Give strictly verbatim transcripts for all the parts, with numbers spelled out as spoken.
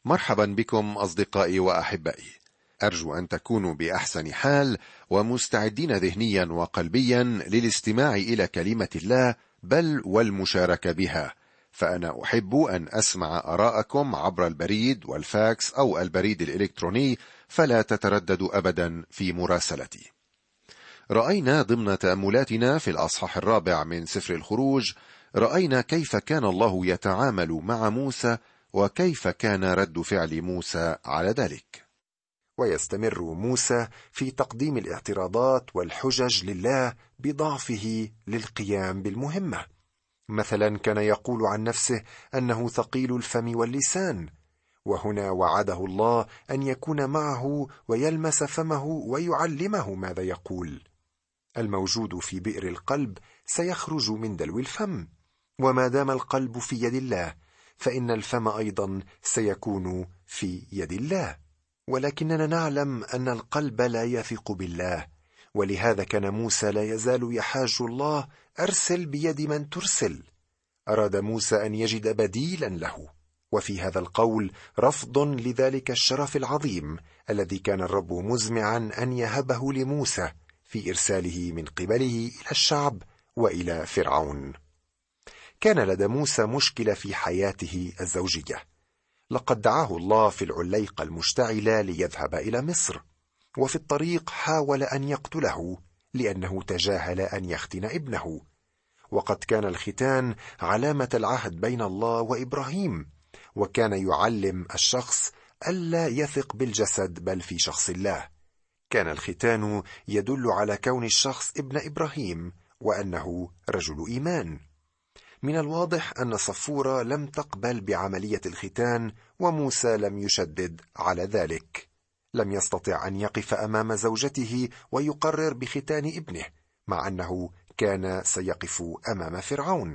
مرحبا بكم أصدقائي وأحبائي. أرجو أن تكونوا بأحسن حال ومستعدين ذهنيا وقلبيا للاستماع إلى كلمة الله بل والمشاركة بها، فأنا أحب أن أسمع آراءكم عبر البريد والفاكس أو البريد الإلكتروني، فلا تترددوا أبدا في مراسلتي. رأينا ضمن تأملاتنا في الأصحاح الرابع من سفر الخروج، رأينا كيف كان الله يتعامل مع موسى وكيف كان رد فعل موسى على ذلك. ويستمر موسى في تقديم الاعتراضات والحجج لله بضعفه للقيام بالمهمة. مثلا كان يقول عن نفسه أنه ثقيل الفم واللسان، وهنا وعده الله أن يكون معه ويلمس فمه ويعلمه ماذا يقول. الموجود في بئر القلب سيخرج من دلو الفم، وما دام القلب في يد الله فإن الفم أيضا سيكون في يد الله. ولكننا نعلم أن القلب لا يثق بالله، ولهذا كان موسى لا يزال يحاج الله: أرسل بيد من ترسل. أراد موسى أن يجد بديلا له، وفي هذا القول رفض لذلك الشرف العظيم الذي كان الرب مزمعا أن يهبه لموسى في إرساله من قبله إلى الشعب وإلى فرعون. كان لدى موسى مشكلة في حياته الزوجية. لقد دعاه الله في العليقة المشتعلة ليذهب إلى مصر، وفي الطريق حاول أن يقتله لأنه تجاهل أن يختن ابنه. وقد كان الختان علامة العهد بين الله وإبراهيم، وكان يعلم الشخص ألا يثق بالجسد بل في شخص الله. كان الختان يدل على كون الشخص ابن إبراهيم وأنه رجل إيمان. من الواضح أن صفورة لم تقبل بعملية الختان، وموسى لم يشدد على ذلك. لم يستطع أن يقف أمام زوجته ويقرر بختان ابنه، مع أنه كان سيقف أمام فرعون.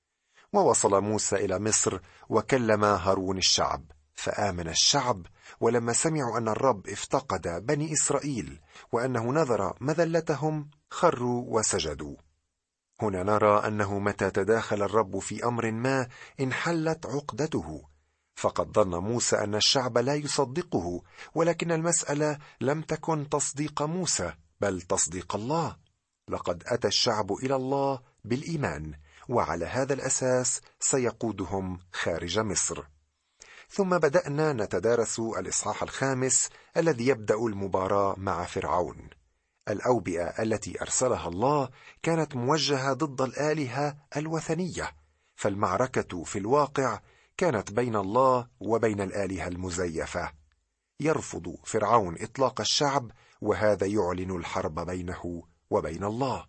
ووصل موسى إلى مصر وكلم هارون الشعب، فآمن الشعب، ولما سمعوا أن الرب افتقد بني إسرائيل وأنه نذر مذلتهم خروا وسجدوا. هنا نرى أنه متى تداخل الرب في أمر ما انحلت عقدته، فقد ظن موسى أن الشعب لا يصدقه، ولكن المسألة لم تكن تصديق موسى بل تصديق الله. لقد أتى الشعب إلى الله بالإيمان، وعلى هذا الأساس سيقودهم خارج مصر. ثم بدأنا نتدارس الإصحاح الخامس الذي يبدأ المباراة مع فرعون. الأوبئة التي أرسلها الله كانت موجهة ضد الآلهة الوثنية، فالمعركة في الواقع كانت بين الله وبين الآلهة المزيفة. يرفض فرعون إطلاق الشعب، وهذا يعلن الحرب بينه وبين الله.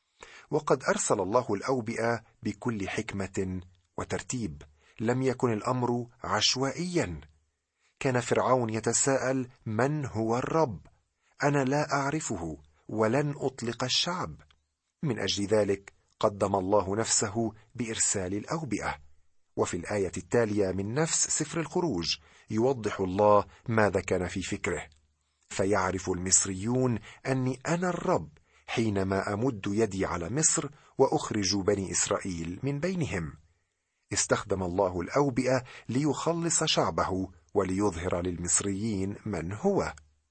وقد أرسل الله الأوبئة بكل حكمة وترتيب، لم يكن الأمر عشوائيا. كان فرعون يتساءل: من هو الرب؟ أنا لا أعرفه ولن أطلق الشعب. من أجل ذلك قدم الله نفسه بإرسال الأوبئة. وفي الآية التالية من نفس سفر الخروج يوضح الله ماذا كان في فكره: فيعرف المصريون أني أنا الرب حينما أمد يدي على مصر وأخرج بني إسرائيل من بينهم. استخدم الله الأوبئة ليخلص شعبه وليظهر للمصريين من هو.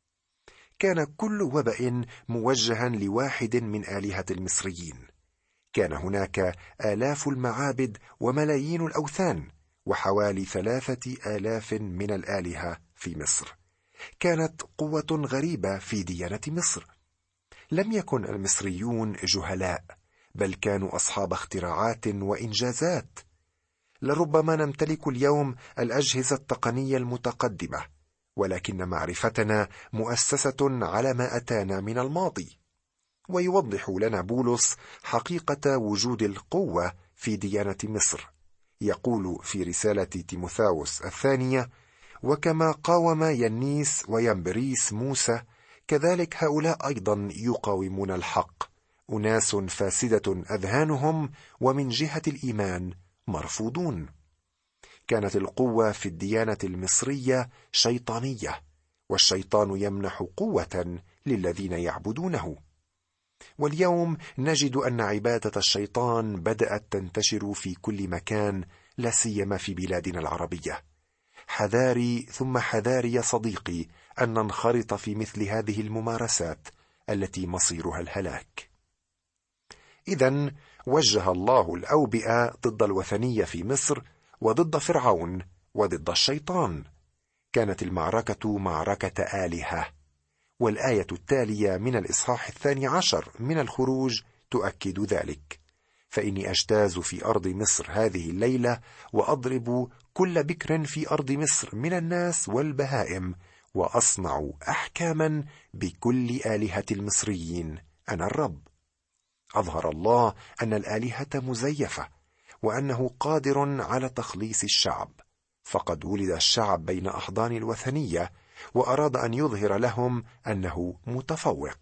كان كل وباء موجها لواحد من آلهة المصريين. كان هناك آلاف المعابد وملايين الأوثان، وحوالي ثلاثة آلاف من الآلهة في مصر. كانت قوة غريبة في ديانة مصر. لم يكن المصريون جهلاء، بل كانوا أصحاب اختراعات وإنجازات. لربما نمتلك اليوم الأجهزة التقنية المتقدمة، ولكن معرفتنا مؤسسة على ما أتانا من الماضي. ويوضح لنا بولس حقيقة وجود القوة في ديانة مصر. يقول في رسالة تيموثاوس الثانية: وكما قاوم ينيس وينبريس موسى، كذلك هؤلاء أيضا يقاومون الحق، أناس فاسدة أذهانهم، ومن جهة الإيمان مرفوضون. كانت القوة في الديانة المصرية شيطانية، والشيطان يمنح قوة للذين يعبدونه. واليوم نجد أن عبادة الشيطان بدأت تنتشر في كل مكان، لا سيما في بلادنا العربية. حذاري ثم حذاري يا صديقي أن ننخرط في مثل هذه الممارسات التي مصيرها الهلاك. إذن وجه الله الأوبئة ضد الوثنية في مصر وضد فرعون وضد الشيطان. كانت المعركة معركة آلهة، والآية التالية من الإصحاح الثاني عشر من الخروج تؤكد ذلك: فإني أجتاز في أرض مصر هذه الليلة وأضرب كل بكر في أرض مصر من الناس والبهائم، وأصنع أحكاما بكل آلهة المصريين، أنا الرب. أظهر الله أن الآلهة مزيفة، وأنه قادر على تخليص الشعب، فقد ولد الشعب بين أحضان الوثنية، وأراد أن يظهر لهم أنه متفوق.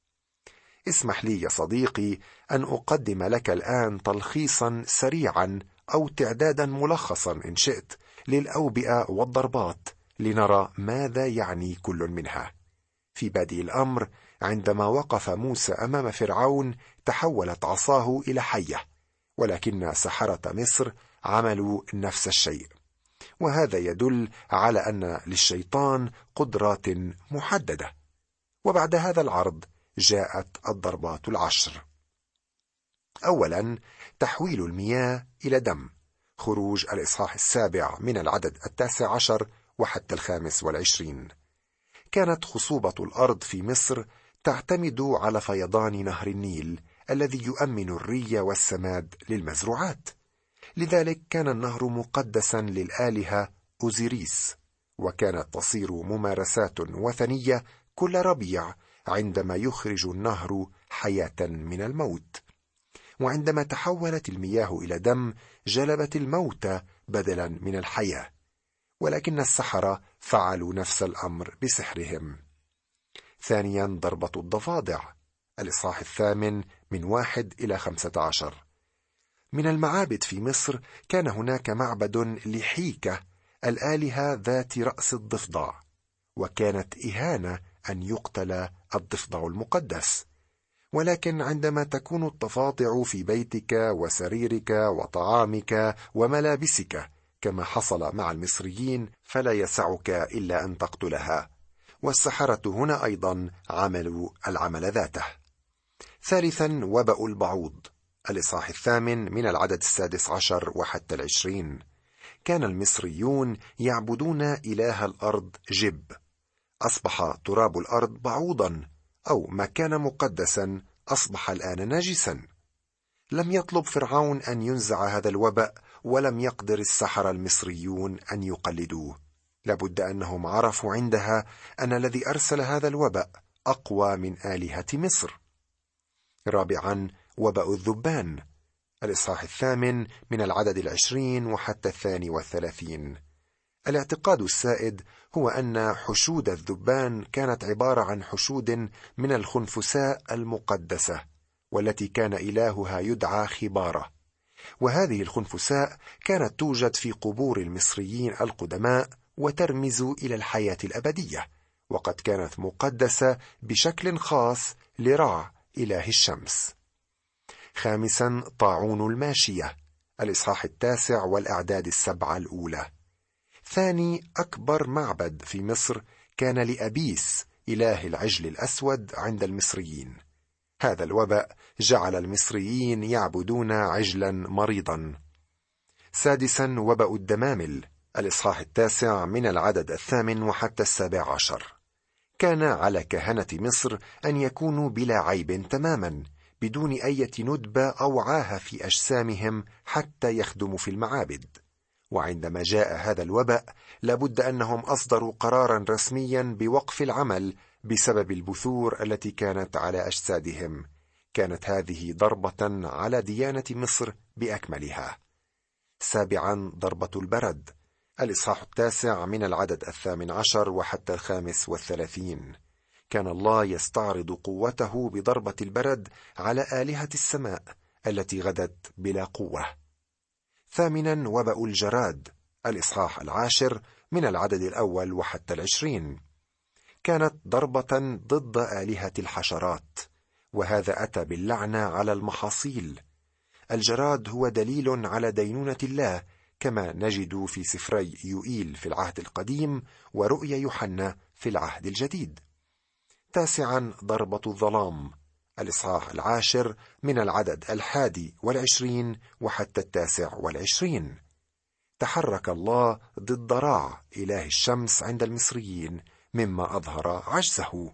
اسمح لي يا صديقي أن أقدم لك الآن تلخيصا سريعا أو تعدادا ملخصا إن شئت للأوبئة والضربات، لنرى ماذا يعني كل منها. في بادئ الأمر، عندما وقف موسى أمام فرعون تحولت عصاه إلى حية، ولكن سحرة مصر عملوا نفس الشيء، وهذا يدل على أن للشيطان قدرات محددة. وبعد هذا العرض جاءت الضربات العشر. أولا، تحويل المياه إلى دم. خروج الإصحاح السابع من العدد التاسع عشر وحتى الخامس والعشرين. كانت خصوبة الأرض في مصر تعتمد على فيضان نهر النيل الذي يؤمن الري والسماد للمزروعات، لذلك كان النهر مقدسا للآلهة أوزيريس، وكانت تصير ممارسات وثنية كل ربيع عندما يخرج النهر حياة من الموت. وعندما تحولت المياه إلى دم جلبت الموت بدلا من الحياة، ولكن السحرة فعلوا نفس الأمر بسحرهم. ثانيا، ضربة الضفادع. الإصحاح الثامن من واحد إلى خمسة عشر. من المعابد في مصر كان هناك معبد لحيكة الآلهة ذات رأس الضفدع، وكانت إهانة أن يقتل الضفدع المقدس. ولكن عندما تكون الضفادع في بيتك وسريرك وطعامك وملابسك كما حصل مع المصريين، فلا يسعك إلا أن تقتلها. والسحرة هنا أيضا عملوا العمل ذاته. ثالثا، وبأ البعوض. الإصحاح الثامن من العدد السادس عشر وحتى العشرين. كان المصريون يعبدون إله الأرض جب. أصبح تراب الأرض بعوضا، أو ما كان مقدسا أصبح الآن نجسا. لم يطلب فرعون أن ينزع هذا الوباء، ولم يقدر السحرة المصريون أن يقلدوه. لابد أنهم عرفوا عندها أن الذي أرسل هذا الوباء أقوى من آلهة مصر. رابعا، وباء الذبان. الإصحاح الثامن من العدد العشرين وحتى الثاني والثلاثين. الاعتقاد السائد هو أن حشود الذبان كانت عبارة عن حشود من الخنفساء المقدسة، والتي كان إلهها يدعى خبارة. وهذه الخنفساء كانت توجد في قبور المصريين القدماء وترمز إلى الحياة الأبدية، وقد كانت مقدسة بشكل خاص لرع إله الشمس. خامسا، طاعون الماشية. الإصحاح التاسع والأعداد السبعة الأولى. ثاني أكبر معبد في مصر كان لأبيس إله العجل الأسود عند المصريين. هذا الوباء جعل المصريين يعبدون عجلا مريضا. سادسا، وباء الدمامل. الإصحاح التاسع من العدد الثامن وحتى السابع عشر. كان على كهنة مصر أن يكونوا بلا عيب تماما، بدون أي ندبة أو عاهة في أجسامهم حتى يخدموا في المعابد. وعندما جاء هذا الوباء لابد أنهم أصدروا قرارا رسميا بوقف العمل بسبب البثور التي كانت على أجسادهم. كانت هذه ضربة على ديانة مصر بأكملها. سابعا، ضربة البرد. الإصحاح التاسع من العدد الثامن عشر وحتى الخامس والثلاثين. كان الله يستعرض قوته بضربة البرد على آلهة السماء التي غدت بلا قوة. ثامنا، وباء الجراد. الإصحاح العاشر من العدد الأول وحتى العشرين. كانت ضربة ضد آلهة الحشرات، وهذا أتى باللعنة على المحاصيل. الجراد هو دليل على دينونة الله، كما نجد في سفري يوئيل في العهد القديم ورؤيا يوحنا في العهد الجديد. تاسعا، ضربة الظلام، الإصحاح العاشر من العدد الحادي والعشرين وحتى التاسع والعشرين. تحرك الله ضد رع إله الشمس عند المصريين مما أظهر عجزه.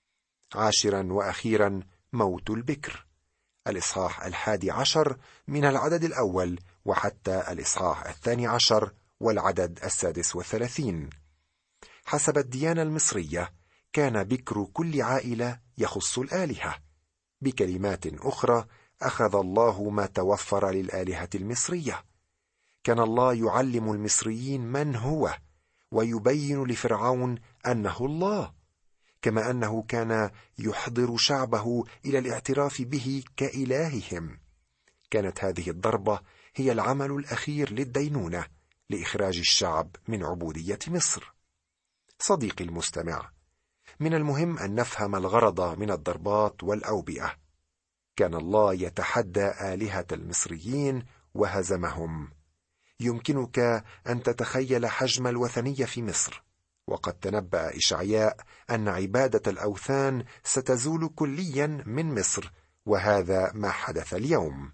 عاشرا وأخيرا، موت البكر، الإصحاح الحادي عشر من العدد الأول وحتى الإصحاح الثاني عشر والعدد السادس والثلاثين. حسب الديانة المصرية كان بكر كل عائلة يخص الآلهة. بكلمات أخرى، أخذ الله ما توفر للآلهة المصرية. كان الله يعلم المصريين من هو ويبين لفرعون أنه الله، كما أنه كان يحضر شعبه إلى الاعتراف به كإلههم. كانت هذه الضربة هي العمل الأخير للدينونة لإخراج الشعب من عبودية مصر. صديقي المستمع، من المهم أن نفهم الغرض من الضربات والأوبئة. كان الله يتحدى آلهة المصريين وهزمهم. يمكنك أن تتخيل حجم الوثنية في مصر، وقد تنبأ إشعياء أن عبادة الأوثان ستزول كليا من مصر، وهذا ما حدث اليوم.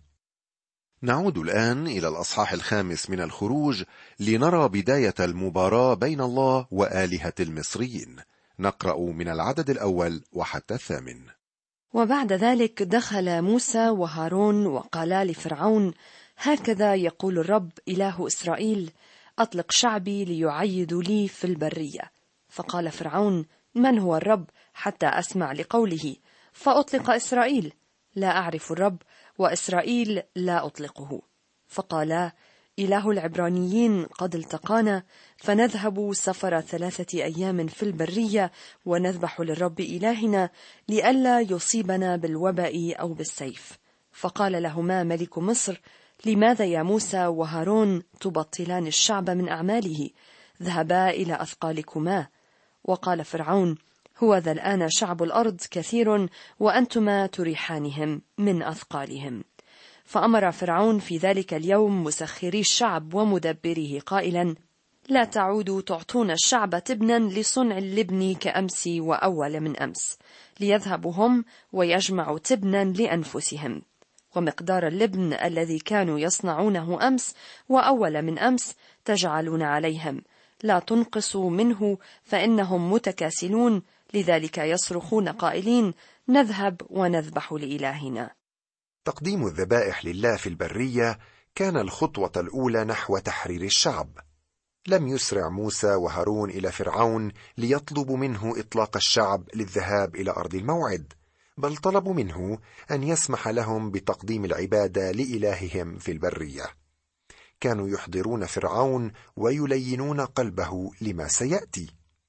نعود الآن إلى الأصحاح الخامس من الخروج لنرى بداية المباراة بين الله وآلهة المصريين. نقرأ من العدد الأول وحتى الثامن. وبعد ذلك دخل موسى وهارون وقالا لفرعون: هكذا يقول الرب إله إسرائيل: أطلق شعبي ليعيدوا لي في البرية. فقال فرعون: من هو الرب حتى أسمع لقوله؟ فأطلق إسرائيل. لا أعرف الرب، وإسرائيل لا أطلقه. فقالا: إله العبرانيين قد التقانا، فنذهب سفر ثلاثة أيام في البرية ونذبح للرب إلهنا لئلا يصيبنا بالوباء أو بالسيف. فقال لهما ملك مصر: لماذا يا موسى وهارون تبطلان الشعب من أعماله؟ ذهبا إلى أثقالكما. وقال فرعون: هو ذا الآن شعب الأرض كثير، وأنتما تريحانهم من أثقالهم. فأمر فرعون في ذلك اليوم مسخري الشعب ومدبره قائلا: لا تعودوا تعطون الشعب تبنا لصنع اللبن كأمس وأول من أمس، ليذهبوا هم ويجمعوا تبنا لأنفسهم، ومقدار اللبن الذي كانوا يصنعونه أمس وأول من أمس تجعلون عليهم، لا تنقصوا منه، فإنهم متكاسلون، لذلك يصرخون قائلين: نذهب ونذبح لإلهنا. تقديم الذبائح لله في البرية كان الخطوة الأولى نحو تحرير الشعب. لم يسرع موسى وهارون إلى فرعون ليطلبوا منه إطلاق الشعب للذهاب إلى أرض الموعد، بل طلبوا منه أن يسمح لهم بتقديم العبادة لإلههم في البرية. كانوا يحضرون فرعون ويلينون قلبه لما سيأتي.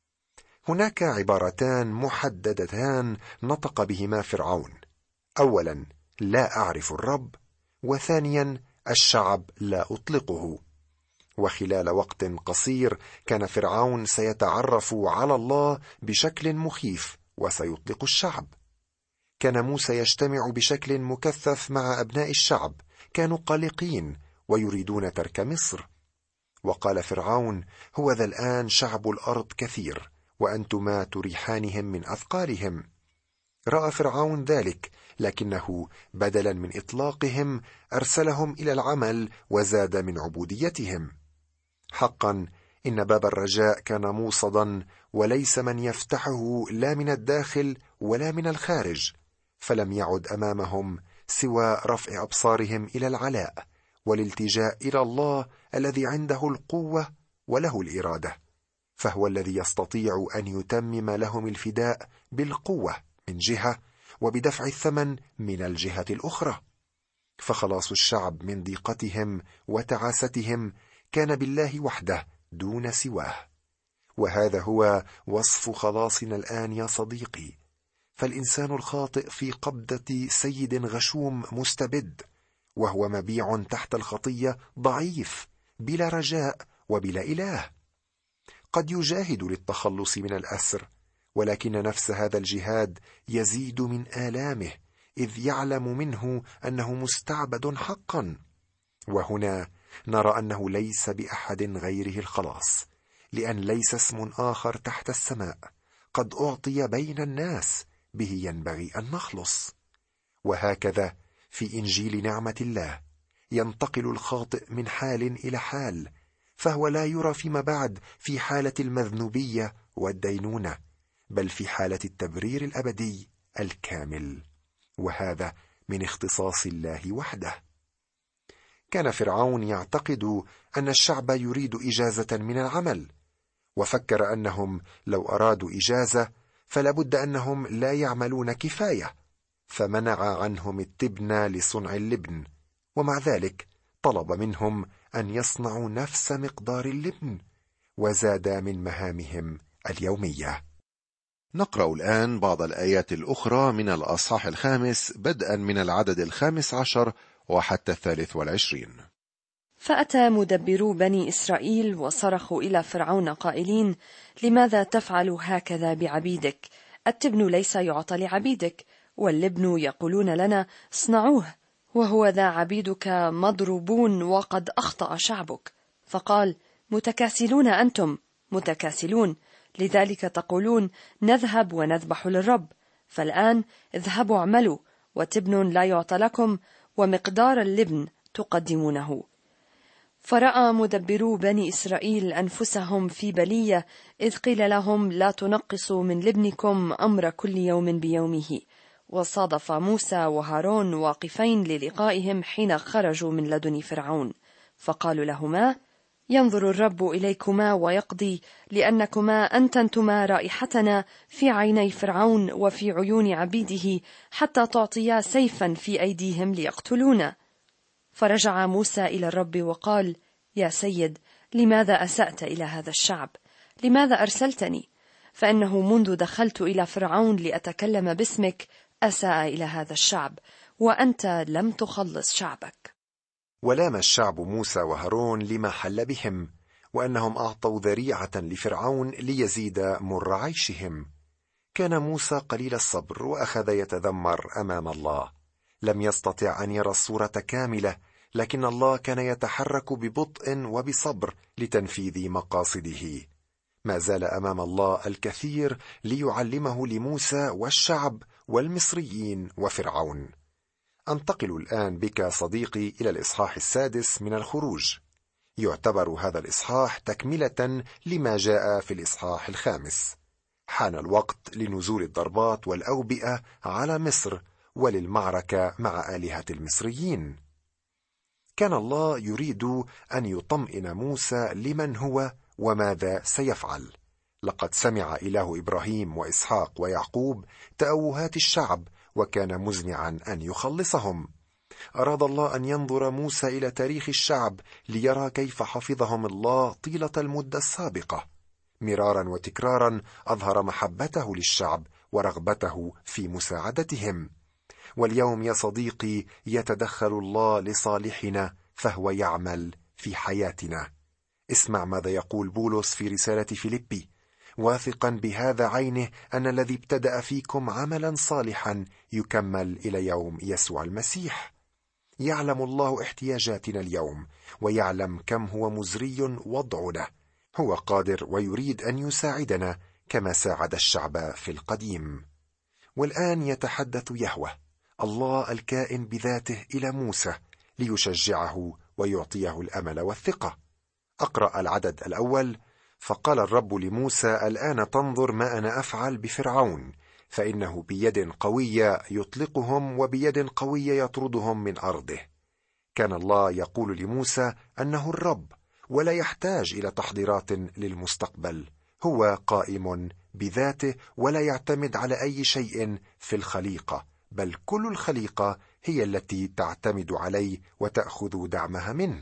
هناك عبارتان محددتان نطق بهما فرعون: أولا، لا أعرف الرب، وثانيا، الشعب لا أطلقه. وخلال وقت قصير كان فرعون سيتعرف على الله بشكل مخيف وسيطلق الشعب. كان موسى يجتمع بشكل مكثف مع أبناء الشعب، كانوا قلقين ويريدون ترك مصر. وقال فرعون: هو ذا الآن شعب الأرض كثير، وأنتما تريحانهم من أثقالهم. رأى فرعون ذلك، لكنه بدلا من إطلاقهم أرسلهم إلى العمل وزاد من عبوديتهم. حقا إن باب الرجاء كان موصدا، وليس من يفتحه لا من الداخل ولا من الخارج، فلم يعد أمامهم سوى رفع أبصارهم إلى العلاء والالتجاء إلى الله الذي عنده القوة وله الإرادة، فهو الذي يستطيع أن يتمم لهم الفداء بالقوة من جهة وبدفع الثمن من الجهة الأخرى. فخلاص الشعب من ضيقتهم وتعاستهم كان بالله وحده دون سواه. وهذا هو وصف خلاصنا الآن يا صديقي. فالإنسان الخاطئ في قبضة سيد غشوم مستبد، وهو مبيع تحت الخطية، ضعيف بلا رجاء وبلا إله. قد يجاهد للتخلص من الأسر، ولكن نفس هذا الجهاد يزيد من آلامه، إذ يعلم منه أنه مستعبد حقا. وهنا نرى أنه ليس بأحد غيره الخلاص، لأن ليس اسم آخر تحت السماء قد أعطي بين الناس به ينبغي أن نخلص. وهكذا في إنجيل نعمة الله ينتقل الخاطئ من حال إلى حال، فهو لا يرى فيما بعد في حالة المذنوبية والدينونة، بل في حالة التبرير الأبدي الكامل، وهذا من اختصاص الله وحده. كان فرعون يعتقد أن الشعب يريد إجازة من العمل، وفكر أنهم لو أرادوا إجازة فلابد أنهم لا يعملون كفاية، فمنع عنهم التبن لصنع اللبن، ومع ذلك طلب منهم أن يصنعوا نفس مقدار اللبن، وزاد من مهامهم اليومية. نقرأ الآن بعض الآيات الأخرى من الأصحاح الخامس بدءا من العدد الخامس عشر وحتى الثالث والعشرين. فأتى مدبرو بني إسرائيل وصرخوا إلى فرعون قائلين: لماذا تفعل هكذا بعبيدك؟ التبن ليس يعطى لعبيدك، واللبن يقولون لنا اصنعوه، وهو ذا عبيدك مضروبون وقد أخطأ شعبك. فقال: متكاسلون أنتم متكاسلون، لذلك تقولون نذهب ونذبح للرب. فالآن اذهبوا اعملوا، وتبن لا يعطى لكم، ومقدار اللبن تقدمونه. فرأى مدبرو بني إسرائيل أنفسهم في بلية، إذ قيل لهم لا تنقصوا من لبنكم أمر كل يوم بيومه. وصادف موسى وهارون واقفين للقائهم حين خرجوا من لدن فرعون، فقالوا لهما: ينظر الرب إليكما ويقضي، لأنكما أنتنتما رائحتنا في عيني فرعون وفي عيون عبيده، حتى تعطيا سيفا في أيديهم ليقتلونا. فرجع موسى إلى الرب وقال: يا سيد، لماذا أسأت إلى هذا الشعب؟ لماذا أرسلتني؟ فإنه منذ دخلت إلى فرعون لأتكلم باسمك أساء إلى هذا الشعب، وأنت لم تخلص شعبك. ولام الشعب موسى وهارون لما حل بهم، وأنهم أعطوا ذريعة لفرعون ليزيد مر عيشهم. كان موسى قليل الصبر وأخذ يتذمر أمام الله، لم يستطع أن يرى الصورة كاملة، لكن الله كان يتحرك ببطء وبصبر لتنفيذ مقاصده. ما زال أمام الله الكثير ليعلمه لموسى والشعب والمصريين وفرعون. أنتقل الآن بك صديقي إلى الإصحاح السادس من الخروج. يعتبر هذا الإصحاح تكملة لما جاء في الإصحاح الخامس. حان الوقت لنزول الضربات والأوبئة على مصر وللمعركة مع آلهة المصريين. كان الله يريد أن يطمئن موسى لمن هو وماذا سيفعل. لقد سمع إله إبراهيم وإسحاق ويعقوب تأوهات الشعب، وكان مزمعا أن يخلصهم. أراد الله أن ينظر موسى إلى تاريخ الشعب ليرى كيف حفظهم الله طيلة المدة السابقة. مرارا وتكرارا أظهر محبته للشعب ورغبته في مساعدتهم. واليوم يا صديقي يتدخل الله لصالحنا، فهو يعمل في حياتنا. اسمع ماذا يقول بولس في رسالة فيليبي: واثقا بهذا عينه أن الذي ابتدأ فيكم عملا صالحا يكمل إلى يوم يسوع المسيح. يعلم الله احتياجاتنا اليوم، ويعلم كم هو مزري وضعنا. هو قادر ويريد أن يساعدنا كما ساعد الشعب في القديم. والآن يتحدث يهوه الله الكائن بذاته إلى موسى ليشجعه ويعطيه الأمل والثقة. أقرأ العدد الأول: فقال الرب لموسى: الآن تنظر ما أنا أفعل بفرعون، فإنه بيد قوية يطلقهم وبيد قوية يطردهم من أرضه. كان الله يقول لموسى أنه الرب، ولا يحتاج إلى تحضيرات للمستقبل. هو قائم بذاته ولا يعتمد على أي شيء في الخليقة، بل كل الخليقة هي التي تعتمد عليه وتأخذ دعمها منه.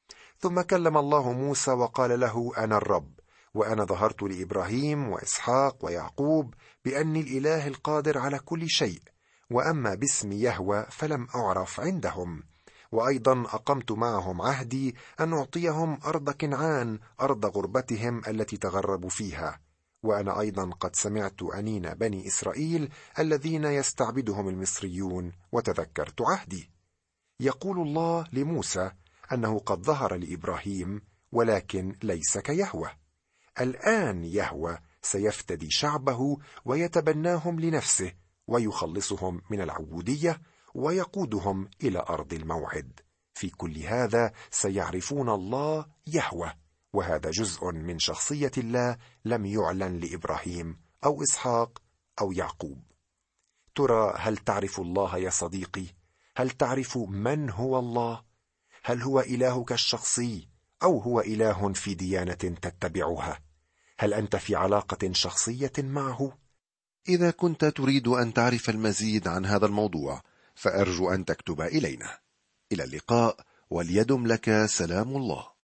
ثم كلم الله موسى وقال له: أنا الرب، وأنا ظهرت لإبراهيم وإسحاق ويعقوب بأني الإله القادر على كل شيء، وأما باسم يهوه فلم أعرف عندهم. وأيضا أقمت معهم عهدي أن أعطيهم أرض كنعان، أرض غربتهم التي تغربوا فيها. وأنا أيضا قد سمعت أنين بني إسرائيل الذين يستعبدهم المصريون، وتذكرت عهدي. يقول الله لموسى أنه قد ظهر لإبراهيم ولكن ليس كيهوه. الآن يهوه سيفتدي شعبه ويتبناهم لنفسه ويخلصهم من العبودية ويقودهم إلى أرض الموعد. في كل هذا سيعرفون الله يهوه، وهذا جزء من شخصية الله لم يعلن لإبراهيم أو إسحاق أو يعقوب. ترى هل تعرف الله يا صديقي؟ هل تعرف من هو الله؟ هل هو إلهك الشخصي أو هو إله في ديانة تتبعها؟ هل أنت في علاقة شخصية معه؟ إذا كنت تريد أن تعرف المزيد عن هذا الموضوع فأرجو أن تكتب إلينا. إلى اللقاء، وليدم لك سلام الله.